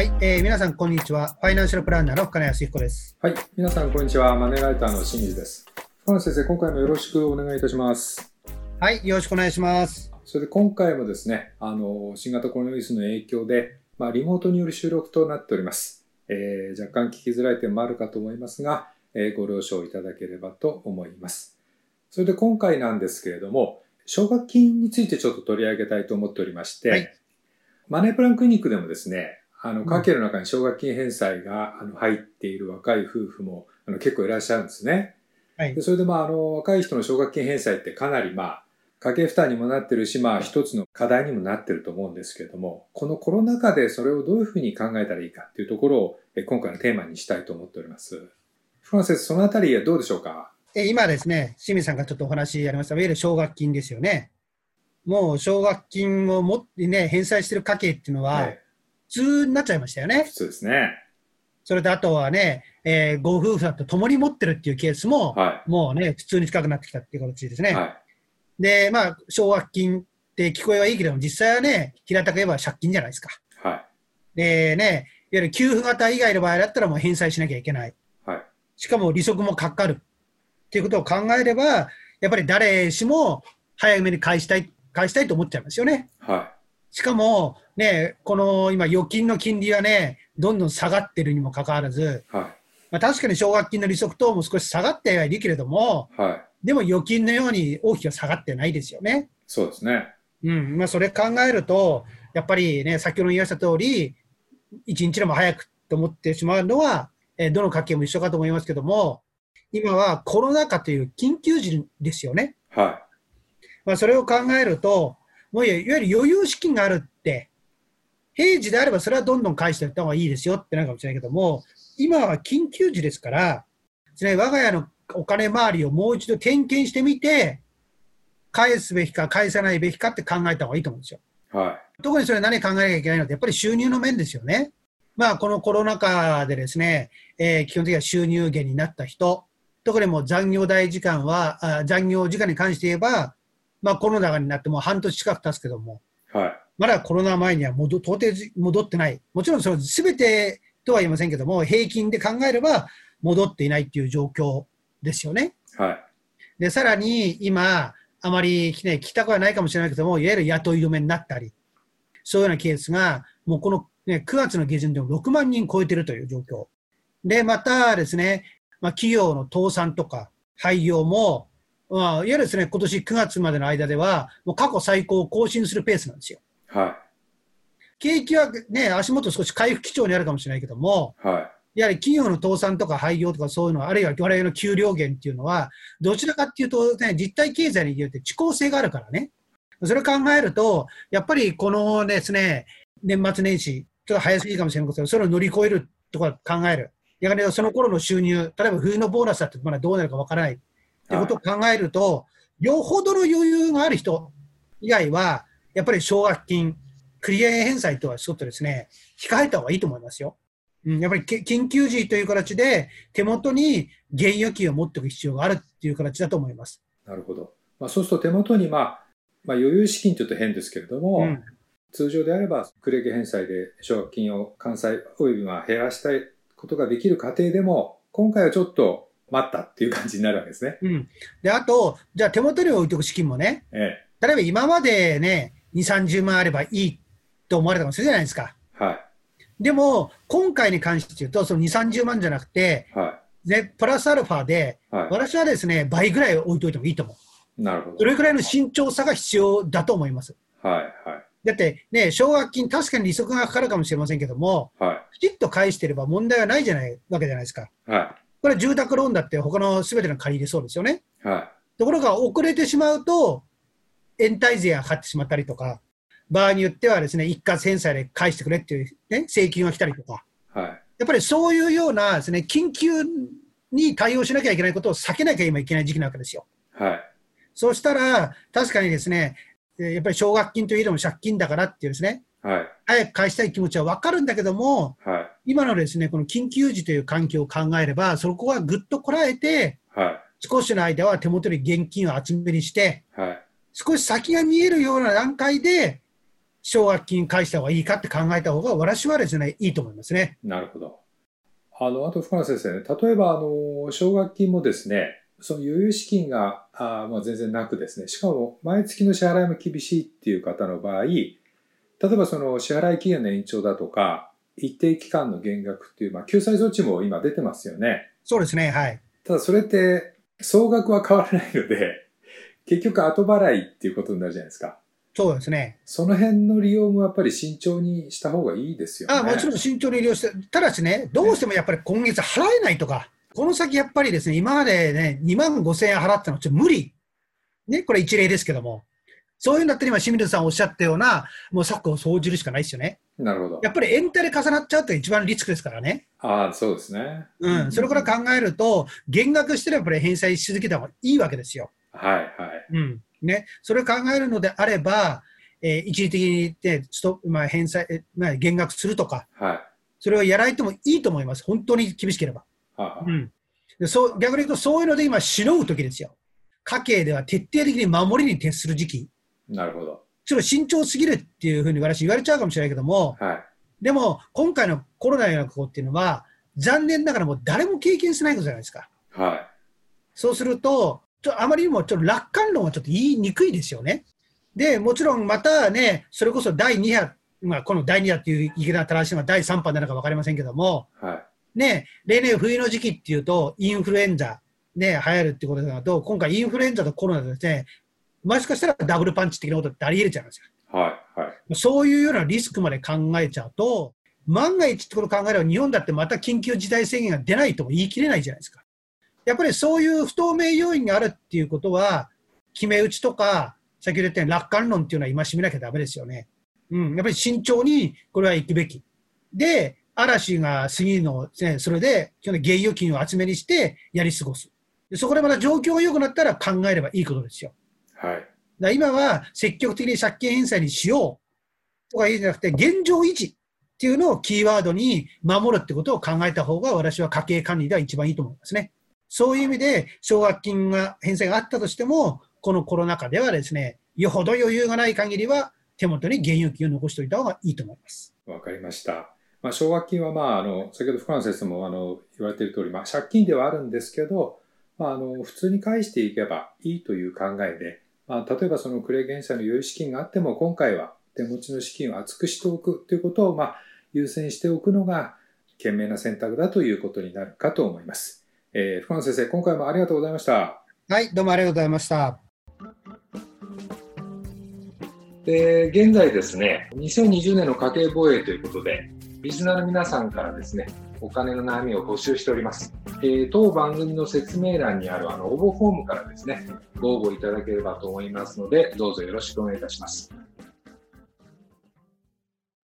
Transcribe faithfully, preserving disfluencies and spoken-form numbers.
はい、えー、皆さんこんにちは。ファイナンシャルプランナーの深谷康彦です。 はい、皆さんこんにちは。マネーライターの清水です。深谷先生、今回もよろしくお願いいたします。 はい、よろしくお願いします。 それで今回もですね、あの新型コロナウイルスの影響で、まあ、リモートによる収録となっております。えー、若干聞きづらい点もあるかと思いますが、えー、ご了承いただければと思います。それで今回なんですけれども、奨学金についてちょっと取り上げたいと思っておりまして、はい、マネープランクリニックでもですね、あの家計の中に奨学金返済があの入っている若い夫婦もあの結構いらっしゃるんですね。はい、でそれでまああの若い人の奨学金返済ってかなりまあ家計負担にもなってるし、まあ一つの課題にもなってると思うんですけれども、このコロナ禍でそれをどういうふうに考えたらいいかっていうところを今回のテーマにしたいと思っております。フランセス、そのあたりはどうでしょうか。 え今ですね、清水さんがちょっとお話ありました、いわゆる奨学金ですよね。もう奨学金を持ってね、返済してる家計っていうのは、はい普通になっちゃいましたよね。 普通ですね。 それとあとはね、えー、ご夫婦だと共に持ってるっていうケースも、はい、もうね、普通に近くなってきたっていう形ですね。はい、で、まあ、奨学金って聞こえはいいけれども、実際はね、平たく言えば借金じゃないですか。はい、でね、いわゆる給付型以外の場合だったらもう返済しなきゃいけない。はい、しかも利息もかかるっていうことを考えれば、やっぱり誰しも早めに返したい、返したいと思っちゃいますよね。はいしかも、ね、この今、預金の金利はね、どんどん下がってるにもかかわらず、はいまあ、確かに奨学金の利息等も少し下がってはいるけれども、はい、でも預金のように大きくは下がってないですよね。 そうですね。 うんまあ、それ考えると、やっぱりね、先ほど言いました通り、一日でも早くと思ってしまうのは、えー、どの家計も一緒かと思いますけども、今はコロナ禍という緊急時ですよね。はいまあ、それを考えると、もういわゆる余裕資金があるって、平時であればそれはどんどん返していった方がいいですよってなるかもしれないけども、今は緊急時ですから、ね、我が家のお金回りをもう一度点検してみて、返すべきか返さないべきかって考えた方がいいと思うんですよ。はい、特にそれ何考えなきゃいけないのって、やっぱり収入の面ですよね。まあ、このコロナ禍でですね、えー、基本的には収入源になった人、特にもう残業代時間は、あ残業時間に関して言えば、まあ、コロナ禍になってもう半年近く経つけども、はい、まだコロナ前には戻到底戻ってない。もちろんその全てとは言いませんけども、平均で考えれば戻っていないっていう状況ですよね。はい、でさらに今、あまり、ね、聞きたくはないかもしれないけども、いわゆる雇い止めになったり、そういうようなケースが、もうこの、ね、くがつの下旬でもろくまんにん超えているという状況。で、またですね、まあ、企業の倒産とか廃業も、まあ、いわゆるですね、今年くがつまでの間では、もう過去最高を更新するペースなんですよ。はい。景気はね、足元少し回復基調にあるかもしれないけども、はい。やはり企業の倒産とか廃業とかそういうのは、あるいは我々の給料減っていうのは、どちらかっていうと、ね、実体経済によって遅効性があるからね。それを考えると、やっぱりこのですね、年末年始、ちょっと早すぎかもしれませんけど、それを乗り越えるとか考える。やはりその頃の収入、例えば冬のボーナスだってまだどうなるかわからない。ってことを考えると、よほどの余裕がある人以外は、やっぱり奨学金、繰り上げ返済とはちょっとですね、控えた方がいいと思いますよ。うん、やっぱり緊急時という形で、手元に現預金を持っておく必要があるっていう形だと思います。 なるほど。まあ、そうすると手元に、まあ、まあ、余裕資金というと変ですけれども、うん、通常であれば、繰り上げ返済で奨学金を完済およびは減らしたいことができる過程でも、今回はちょっと、待ったっていう感じになるわけですね。 うん。で、あと、じゃあ手元に置いておく資金もね、ええ、例えば今までね、にじゅう、さんじゅうまんあればいいと思われたかもしれないじゃないですか。はい。でも、今回に関して言うと、そのにじゅう、さんじゅうまんじゃなくて、はい。で、プラスアルファで、はい、私はですね、倍ぐらい置いておいてもいいと思う。なるほど。それぐらいの慎重さが必要だと思います。はい、はい。だってね、奨学金、確かに利息がかかるかもしれませんけども、はい。きちっと返してれば問題はないじゃないわけじゃないですか。はい。これは住宅ローンだって他のすべての借り入れそうですよね。はい、ところが遅れてしまうと、延滞税がかかってしまったりとか、場合によってはですね、一括返済で返してくれっていう、ね、請求が来たりとか、はい、やっぱりそういうようなですね、緊急に対応しなきゃいけないことを避けなきゃ今いけない時期なわけですよ。はい、そうしたら、確かにですね、やっぱり奨学金といえども借金だからっていうですね、はい、早く返したい気持ちは分かるんだけども、はい、今のですね、この緊急時という環境を考えれば、そこはぐっとこらえて、はい、少しの間は手元に現金を集めにして、はい、少し先が見えるような段階で奨学金返した方がいいかって考えた方が、私はですね、いいと思いますね。 なるほど。あの、あと深野先生ね、例えば、あの、奨学金もですね、その余裕資金があ、まあ、全然なくですね、しかも毎月の支払いも厳しいっていう方の場合、例えばその支払い期限の延長だとか、一定期間の減額っていう、まあ、救済措置も今出てますよね。 そうですね、はい。 ただそれって総額は変わらないので、結局後払いっていうことになるじゃないですか。 そうですね。 その辺の利用もやっぱり慎重にした方がいいですよね。 あもちろん慎重に利用して、ただしね、どうしてもやっぱり今月払えないとか、この先やっぱりですね、今までね、にまんごせんえん払ったのはちょっと無理。ね、これ一例ですけども。そういうんだったら今、清水さんおっしゃったような、もう策を講じるしかないですよね。 なるほど。 やっぱりエンタで重なっちゃうって一番リスクですからね。 ああ、そうですね。 うん。それから考えると、減額してればやっぱり返済し続けた方がいいわけですよ。 はい、はい。 うん。ね。それを考えるのであれば、えー一時的に、ね、ストまあ、返済、えまあ、減額するとか、 はい。 それをやられてもいいと思います。本当に厳しければ。 はあ、 うん。でそう逆に言うと、そういうので今、しのぐときですよ。家計では徹底的に守りに徹する時期。 なるほど。 ちょっと慎重すぎるっていうふうに私言われちゃうかもしれないけども、 はい。 でも、今回のコロナのようなことっていうのは、残念ながらもう誰も経験しないことじゃないですか。 はい。 そうすると、ちょあまりにもちょっと楽観論はちょっと言いにくいですよね。で、もちろんまたね、それこそだいに波、まあ、このだいに波っていう言い方が正しいのはだいさん波なのか分かりませんけども、 はい。 ね、例年冬の時期っていうと、インフルエンザ、ね、流行るってことだと、今回インフルエンザとコロナでですね、もしかしたらダブルパンチ的なことってあり得るじゃないですか。 はい。はい。 そういうようなリスクまで考えちゃうと、万が一ってことを考えれば、日本だってまた緊急事態宣言が出ないとも言い切れないじゃないですか。やっぱりそういう不透明要因があるっていうことは、決め打ちとか、先ほど言ったように楽観論っていうのは今しめなきゃダメですよね。うん、やっぱり慎重にこれは行くべき。で、嵐が過ぎるのを、ね、それで基本的に現預金を集めにしてやり過ごす。でそこでまた状況が良くなったら考えればいいことですよ。 はい。 だから今は積極的に借金返済にしようとか言うんじゃなくて、現状維持っていうのをキーワードに守るってことを考えた方が私は家計管理では一番いいと思いますね。そういう意味で奨学金が返済があったとしても、このコロナ禍ではですね、よほど余裕がない限りは手元に現預金を残しておいた方がいいと思います。 わかりました。まあ、奨学金は、まあ、あの、先ほど深野先生もあの言われている通り、まあ、借金ではあるんですけど、まあ、あの、普通に返していけばいいという考えで、まあ、例えばそのクレ減債の余裕資金があっても、今回は手持ちの資金を厚くしておくということを、まあ、優先しておくのが、賢明な選択だということになるかと思います。えー、深野先生、今回もありがとうございました。 はい、どうもありがとうございました。 で、現在ですね、にせんにじゅうねんの家計防衛ということで、リスナーの皆さんからですね、お金の悩みを募集しております。えー、当番組の説明欄にあるあの応募フォームからですね、ご応募いただければと思いますので、どうぞよろしくお願いいたします。